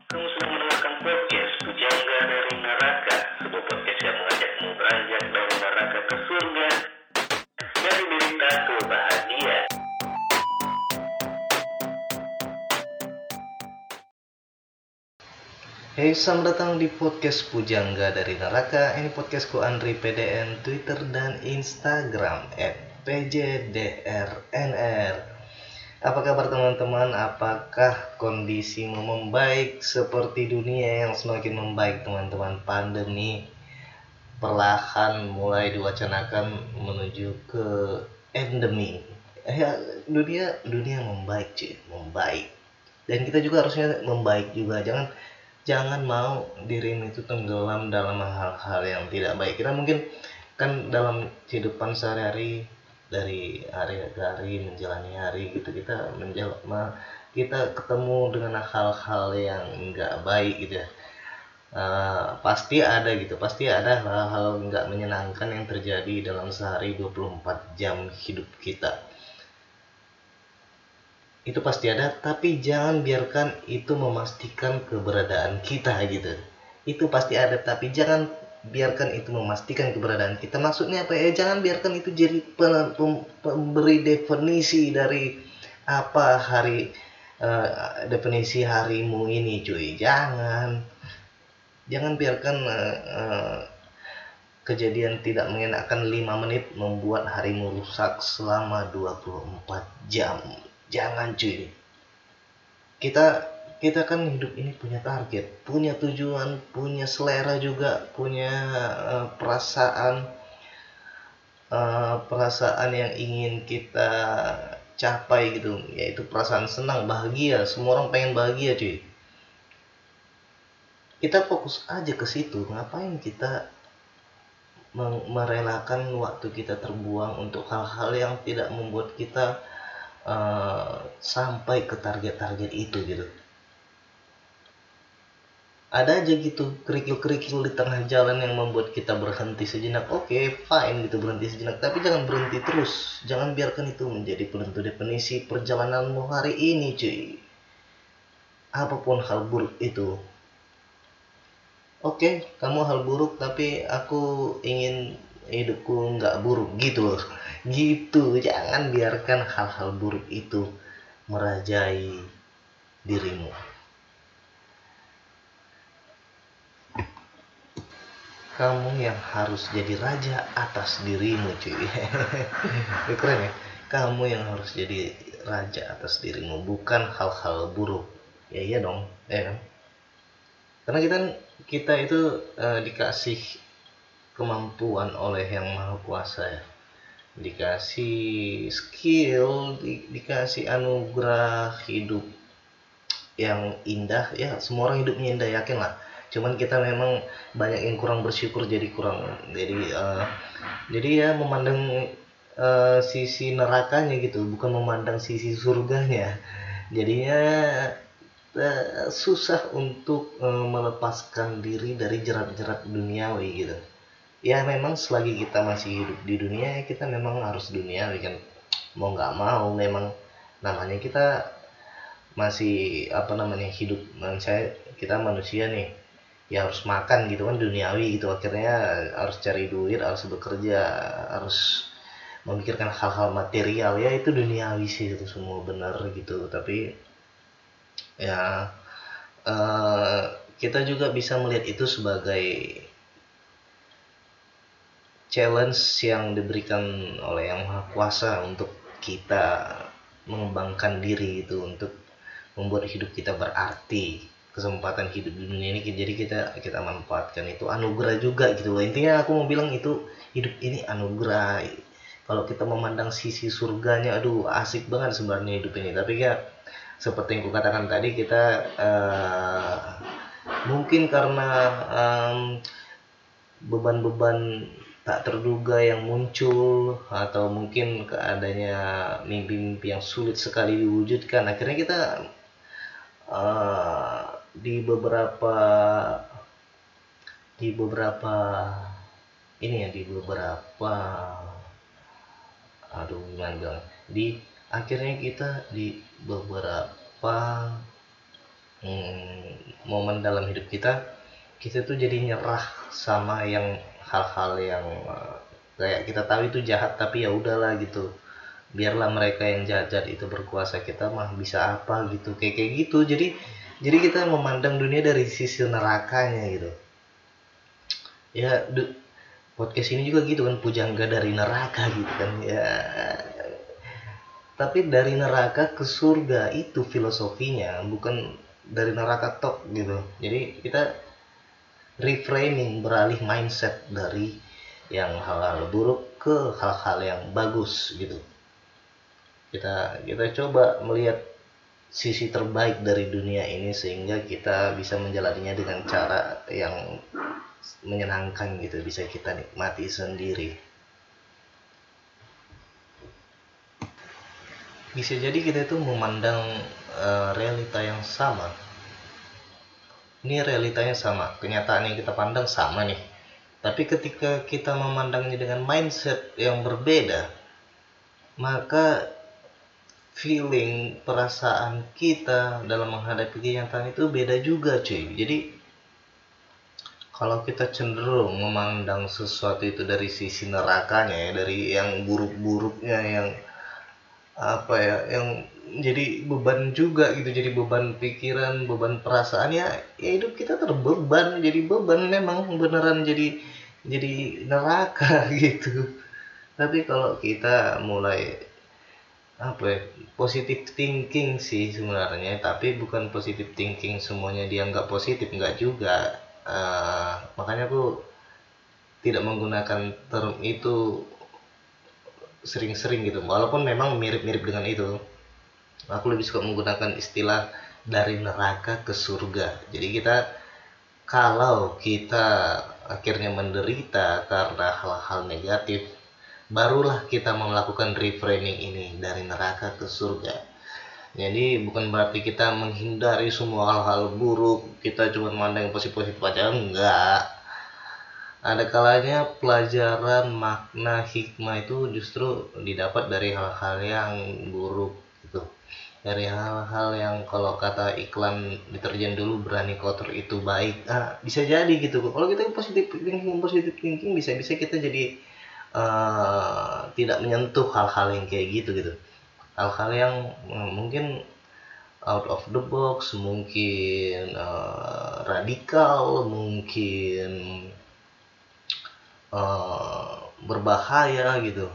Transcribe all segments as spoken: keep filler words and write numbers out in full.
Kamu sedang mendengarkan podcast Pujangga dari Neraka, sebuah podcast yang mengajakmu beranjak dari neraka ke surga, dari derita ke bahagia. Hey, selamat datang di podcast Pujangga dari Neraka. Ini podcastku Andri P D N, Twitter dan Instagram at P J D R N R. Apa kabar teman-teman? Apakah kondisimu membaik seperti dunia yang semakin membaik teman-teman? Pandemi perlahan mulai diwacanakan menuju ke endemi. Ya, dunia dunia membaik cuy, membaik. Dan kita juga harusnya membaik juga. Jangan jangan mau dirimu itu tenggelam dalam hal-hal yang tidak baik. Kita mungkin kan dalam kehidupan sehari-hari, dari hari ke hari menjalani hari gitu, kita menjal kita ketemu dengan hal-hal yang enggak baik gitu ya. Uh, pasti ada gitu, pasti ada hal-hal nggak menyenangkan yang terjadi dalam sehari dua puluh empat jam hidup kita. Itu pasti ada, tapi jangan biarkan itu memastikan keberadaan kita gitu. Itu pasti ada, tapi jangan biarkan itu memastikan keberadaan kita. Maksudnya apa ya? Jangan biarkan itu jadi pemberi definisi dari apa hari uh, definisi harimu ini, cuy. Jangan, jangan biarkan uh, uh, kejadian tidak mengenakan lima menit membuat harimu rusak selama dua puluh empat jam. Jangan cuy. Kita kita kan hidup ini punya target, punya tujuan, punya selera juga, punya uh, perasaan uh, perasaan yang ingin kita capai gitu, yaitu perasaan senang, bahagia. Semua orang pengen bahagia cuy. Kita fokus aja ke situ. Ngapain kita merelakan waktu kita terbuang untuk hal-hal yang tidak membuat kita Uh, sampai ke target-target itu gitu. Ada aja gitu kerikil-kerikil di tengah jalan yang membuat kita berhenti sejenak. Oke, okay, fine gitu, berhenti sejenak, tapi jangan berhenti terus. Jangan biarkan itu menjadi penentu definisi perjalananmu hari ini cuy. Apapun hal buruk itu. Oke, okay, kamu hal buruk, tapi aku ingin hidupku nggak buruk gitu loh. Gitu, jangan biarkan hal-hal buruk itu merajai dirimu. Kamu yang harus jadi raja atas dirimu cuy. Keren ya. Kamu yang harus jadi raja atas dirimu, bukan hal-hal buruk. Ya iya dong, ya kan? Karena kita kita itu uh, dikasih kemampuan oleh Yang Maha Kuasa ya. Dikasih skill, di, dikasih anugerah hidup yang indah ya. Semua orang hidupnya indah, yakin lah. Cuman kita memang banyak yang kurang bersyukur, jadi kurang jadi uh, jadi ya memandang uh, sisi nerakanya gitu, bukan memandang sisi surganya. Jadinya uh, susah untuk uh, melepaskan diri dari jerat-jerat duniawi gitu. Ya memang selagi kita masih hidup di dunia, kita memang harus duniawi kan, mau nggak mau. Memang namanya kita masih apa namanya hidup, saya kita manusia nih ya, harus makan gitu kan, duniawi gitu. Akhirnya harus cari duit, harus bekerja, harus memikirkan hal-hal material, ya itu duniawi sih, itu semua benar gitu. Tapi ya uh, kita juga bisa melihat itu sebagai challenge yang diberikan oleh Yang Maha Kuasa untuk kita mengembangkan diri itu, untuk membuat hidup kita berarti. Kesempatan hidup di dunia ini, jadi kita kita manfaatkan itu, anugerah juga gitu loh. Intinya aku mau bilang itu, hidup ini anugerah. Kalau kita memandang sisi surganya, aduh asik banget sebenarnya hidup ini. Tapi ya seperti yang kukatakan tadi, kita uh, mungkin karena um, beban-beban tak terduga yang muncul, atau mungkin keadaannya mimpi-mimpi yang sulit sekali diwujudkan, akhirnya kita uh, di beberapa di beberapa ini ya di beberapa aduh gimana bilang di akhirnya kita di beberapa hmm, momen dalam hidup kita, kita tuh jadi nyerah sama yang hal-hal yang uh, kayak kita tahu itu jahat, tapi ya udahlah gitu, biarlah mereka yang jahat-jahat itu berkuasa, kita mah bisa apa gitu, kayak kayak gitu. Jadi jadi kita memandang dunia dari sisi nerakanya gitu ya. du- Podcast ini juga gitu kan, pujangga dari neraka gitu kan ya. Tapi dari neraka ke surga itu filosofinya, bukan dari neraka tok gitu. Jadi kita reframing, beralih mindset dari yang hal-hal buruk ke hal-hal yang bagus gitu. Kita kita coba melihat sisi terbaik dari dunia ini sehingga kita bisa menjalaninya dengan cara yang menyenangkan gitu, bisa kita nikmati sendiri. Bisa jadi kita itu memandang uh, realita yang sama. Ini realitanya sama, kenyataan yang kita pandang sama nih. Tapi ketika kita memandangnya dengan mindset yang berbeda, maka feeling, perasaan kita dalam menghadapi kenyataan itu beda juga cuy. Jadi kalau kita cenderung memandang sesuatu itu dari sisi nerakanya ya, dari yang buruk-buruknya, yang apa ya, yang jadi beban juga gitu, jadi beban pikiran, beban perasaan ya, ya hidup kita terbeban, jadi beban memang beneran, jadi jadi neraka gitu. Tapi kalau kita mulai apa ya, positive thinking sih sebenarnya, tapi bukan positive thinking semuanya dianggap positif, enggak juga. Uh, makanya aku tidak menggunakan term itu sering-sering gitu, walaupun memang mirip-mirip dengan itu. Aku lebih suka menggunakan istilah dari neraka ke surga. Jadi kita, kalau kita akhirnya menderita karena hal-hal negatif, barulah kita melakukan reframing ini dari neraka ke surga. Jadi bukan berarti kita menghindari semua hal-hal buruk, kita cuma memandang yang positif-positif aja, enggak. Ada kalanya pelajaran, makna, hikmah itu justru didapat dari hal-hal yang buruk gitu, dari hal-hal yang kalau kata iklan deterjen dulu, berani kotor itu baik. Ah, bisa jadi gitu. Kalau kita positif thinking, positif thinking, bisa-bisa kita jadi uh, tidak menyentuh hal-hal yang kayak gitu gitu. Hal-hal yang uh, mungkin out of the box, mungkin uh, radikal, mungkin uh, berbahaya gitu,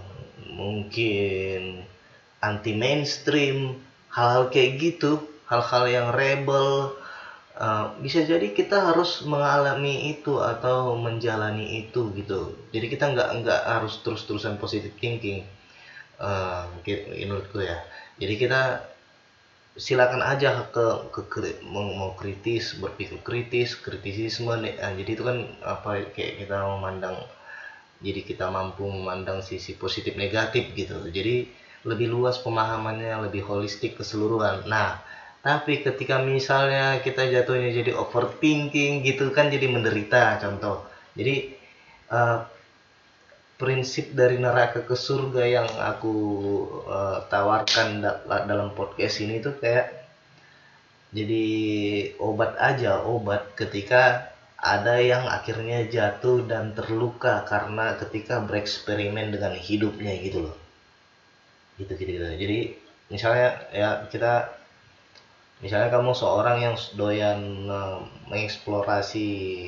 mungkin anti mainstream, hal-hal kayak gitu, hal-hal yang rebel. Uh, bisa jadi kita harus mengalami itu atau menjalani itu gitu. Jadi kita nggak nggak harus terus-terusan positive thinking, uh, menurutku ya. Jadi kita silakan aja ke ke, ke mau, mau kritis, berpikir kritis, kritisisme. Nah, jadi itu kan apa, kayak kita memandang, jadi kita mampu memandang sisi positif negatif gitu. Jadi lebih luas pemahamannya, lebih holistik keseluruhan. Nah, tapi ketika misalnya kita jatuhnya jadi overthinking gitu kan, jadi menderita contoh. Jadi uh, prinsip dari neraka ke surga yang aku uh, tawarkan da- dalam podcast ini tuh kayak jadi obat aja, obat ketika ada yang akhirnya jatuh dan terluka karena ketika bereksperimen dengan hidupnya gitu loh. Gitu gitu, gitu. Jadi misalnya ya kita, misalnya kamu seorang yang doyan uh, mengeksplorasi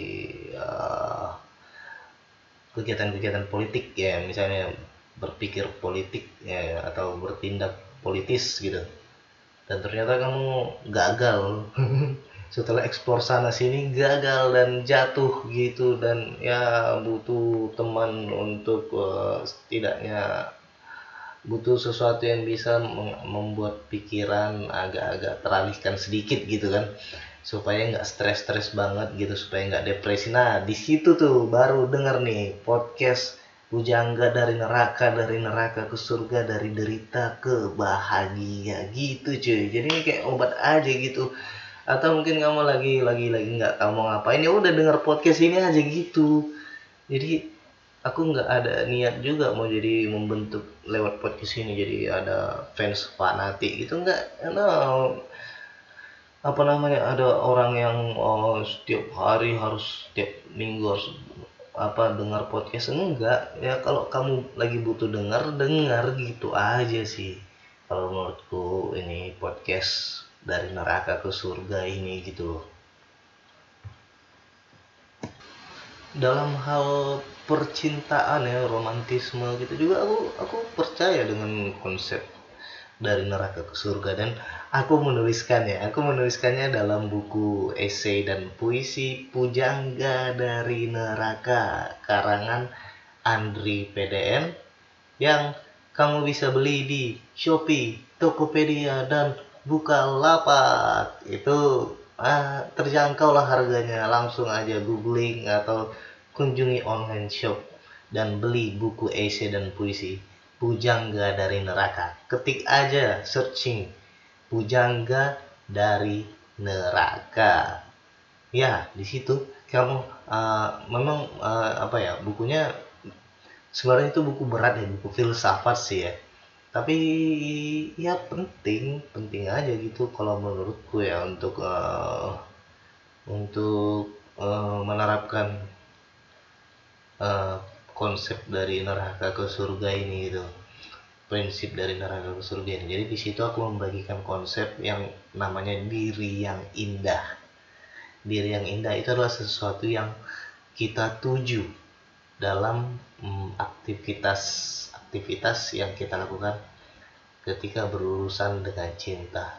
uh, kegiatan-kegiatan politik ya, misalnya berpikir politik ya, atau bertindak politis gitu, dan ternyata kamu gagal setelah eksplor sana sini, gagal dan jatuh gitu, dan ya butuh teman untuk uh, setidaknya butuh sesuatu yang bisa membuat pikiran agak-agak teralihkan sedikit gitu kan, supaya nggak stres-stres banget gitu, supaya nggak depresi. Nah di situ tuh baru denger nih podcast Pujangga dari neraka, dari neraka ke surga, dari derita ke bahagia gitu cuy. Jadi ini kayak obat aja gitu. Atau mungkin kamu lagi lagi lagi nggak tahu mau ngapain, ya udah denger podcast ini aja gitu. Jadi aku nggak ada niat juga mau jadi membentuk lewat podcast ini jadi ada fans fanatik gitu, nggak. No, apa namanya, ada orang yang oh, setiap hari harus setiap minggu harus apa dengar podcast. Enggak ya, kalau kamu lagi butuh dengar dengar gitu aja sih kalau menurutku. Ini podcast dari neraka ke surga ini gitu loh. Dalam hal percintaan ya, romantisme gitu juga, aku aku percaya dengan konsep dari neraka ke surga, dan aku menuliskannya aku menuliskannya dalam buku esai dan puisi Pujangga dari Neraka karangan Andri P D M, yang kamu bisa beli di Shopee, Tokopedia, dan Bukalapak. Itu ah, terjangkau lah harganya. Langsung aja googling atau kunjungi online shop dan beli buku esai dan puisi Pujangga dari Neraka. Ketik aja searching Pujangga dari Neraka. Ya, di situ kamu uh, memang uh, apa ya, bukunya sebenarnya itu buku berat ya, buku filsafat sih ya. Tapi ya penting, penting aja gitu kalau menurutku ya, untuk uh, untuk uh, menerapkan uh, konsep dari neraka ke surga ini gitu. Prinsip dari neraka ke surga ini. Jadi di situ aku membagikan konsep yang namanya diri yang indah. Diri yang indah itu adalah sesuatu yang kita tuju dalam mm, aktivitas aktivitas yang kita lakukan ketika berurusan dengan cinta.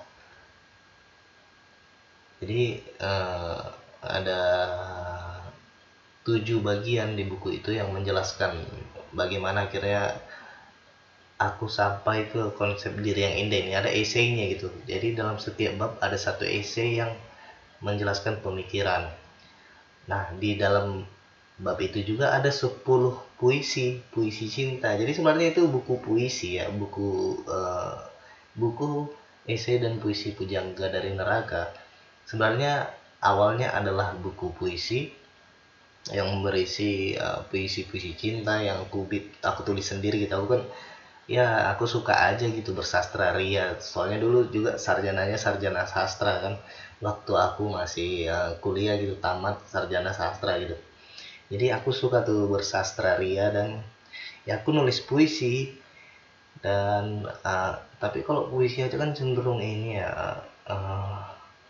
Jadi eh, ada tujuh bagian di buku itu yang menjelaskan bagaimana akhirnya aku sampai ke konsep diri yang indah ini. Ada esainya gitu. Jadi dalam setiap bab ada satu esai yang menjelaskan pemikiran. Nah, di dalam bab itu juga ada sepuluh puisi, puisi cinta. Jadi sebenarnya itu buku puisi ya, buku uh, buku esai dan puisi Pujangga dari Neraka. Sebenarnya awalnya adalah buku puisi yang berisi uh, puisi-puisi cinta yang aku aku tulis sendiri gitu. Aku kan ya aku suka aja gitu bersastra ria, soalnya dulu juga sarjananya sarjana sastra kan, waktu aku masih uh, kuliah gitu, tamat sarjana sastra gitu. Jadi aku suka tuh bersastra ria, dan ya aku nulis puisi. Dan uh, tapi kalau puisi aja kan cenderung ini ya, uh,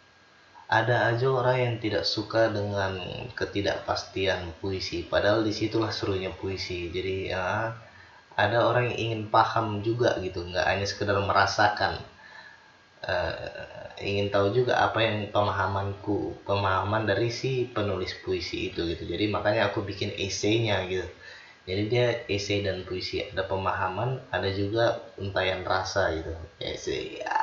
ada aja orang yang tidak suka dengan ketidakpastian puisi, padahal disitulah serunya puisi. Jadi ya ada orang yang ingin paham juga gitu, nggak hanya sekedar merasakan, uh, ingin tahu juga apa yang pemahamanku, pemahaman dari si penulis puisi itu gitu. Jadi makanya aku bikin esainya gitu. Jadi dia esai dan puisi, ada pemahaman, ada juga untayan rasa gitu. Esai ya,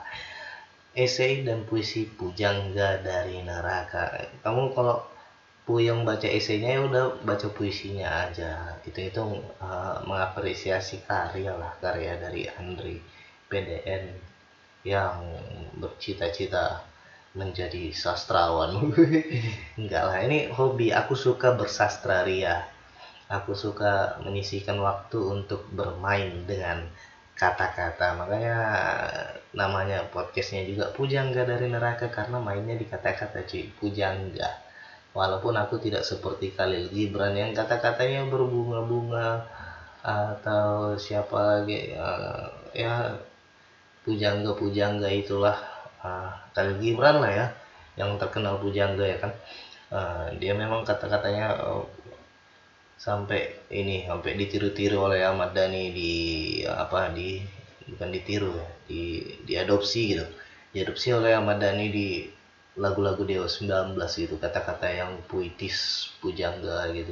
esai dan puisi Pujangga dari Neraka. Kamu kalau puyeng baca esainya ya udah baca puisinya aja. Itu itu uh, mengapresiasi karya lah, karya dari Andri P D N yang bercita-cita menjadi sastrawan. Enggak lah, ini hobi. Aku suka bersastra ria. Aku suka menyisihkan waktu untuk bermain dengan kata-kata. Makanya namanya podcastnya juga Pujangga dari Neraka, karena mainnya di kata-kata cuy. Pujangga. Walaupun aku tidak seperti Khalil Gibran yang kata-katanya berbunga-bunga, atau siapa lagi uh, ya pujangga-pujangga itulah, uh, Khalil Gibran lah ya yang terkenal pujangga ya kan. Uh, dia memang kata-katanya uh, sampai ini sampai ditiru-tiru oleh Ahmad Dhani, di apa di bukan ditiru ya, di diadopsi gitu. Diadopsi oleh Ahmad Dhani di lagu-lagu Dewa sembilan belas gitu, kata-kata yang puitis pujangga gitu.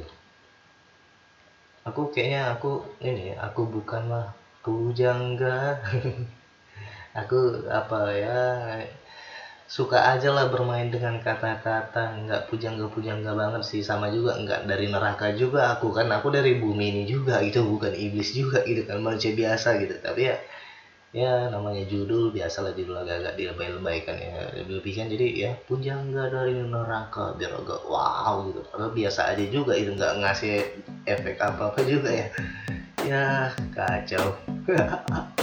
Aku kayaknya aku ini aku bukanlah pujangga. Aku apa ya, suka aja lah bermain dengan kata-kata, nggak pujangga-pujangga banget sih. Sama juga nggak dari neraka juga aku kan, aku dari bumi ini juga gitu, bukan iblis juga gitu kan, manusia biasa gitu. Tapi ya ya namanya judul, biasalah judul agak-agak dilebay-lebaykan ya, lebih-lebihkan. Jadi ya Pujangga dari Neraka biar agak wow gitu, padahal biasa aja juga itu, nggak ngasih efek apa-apa juga ya. Ya kacau.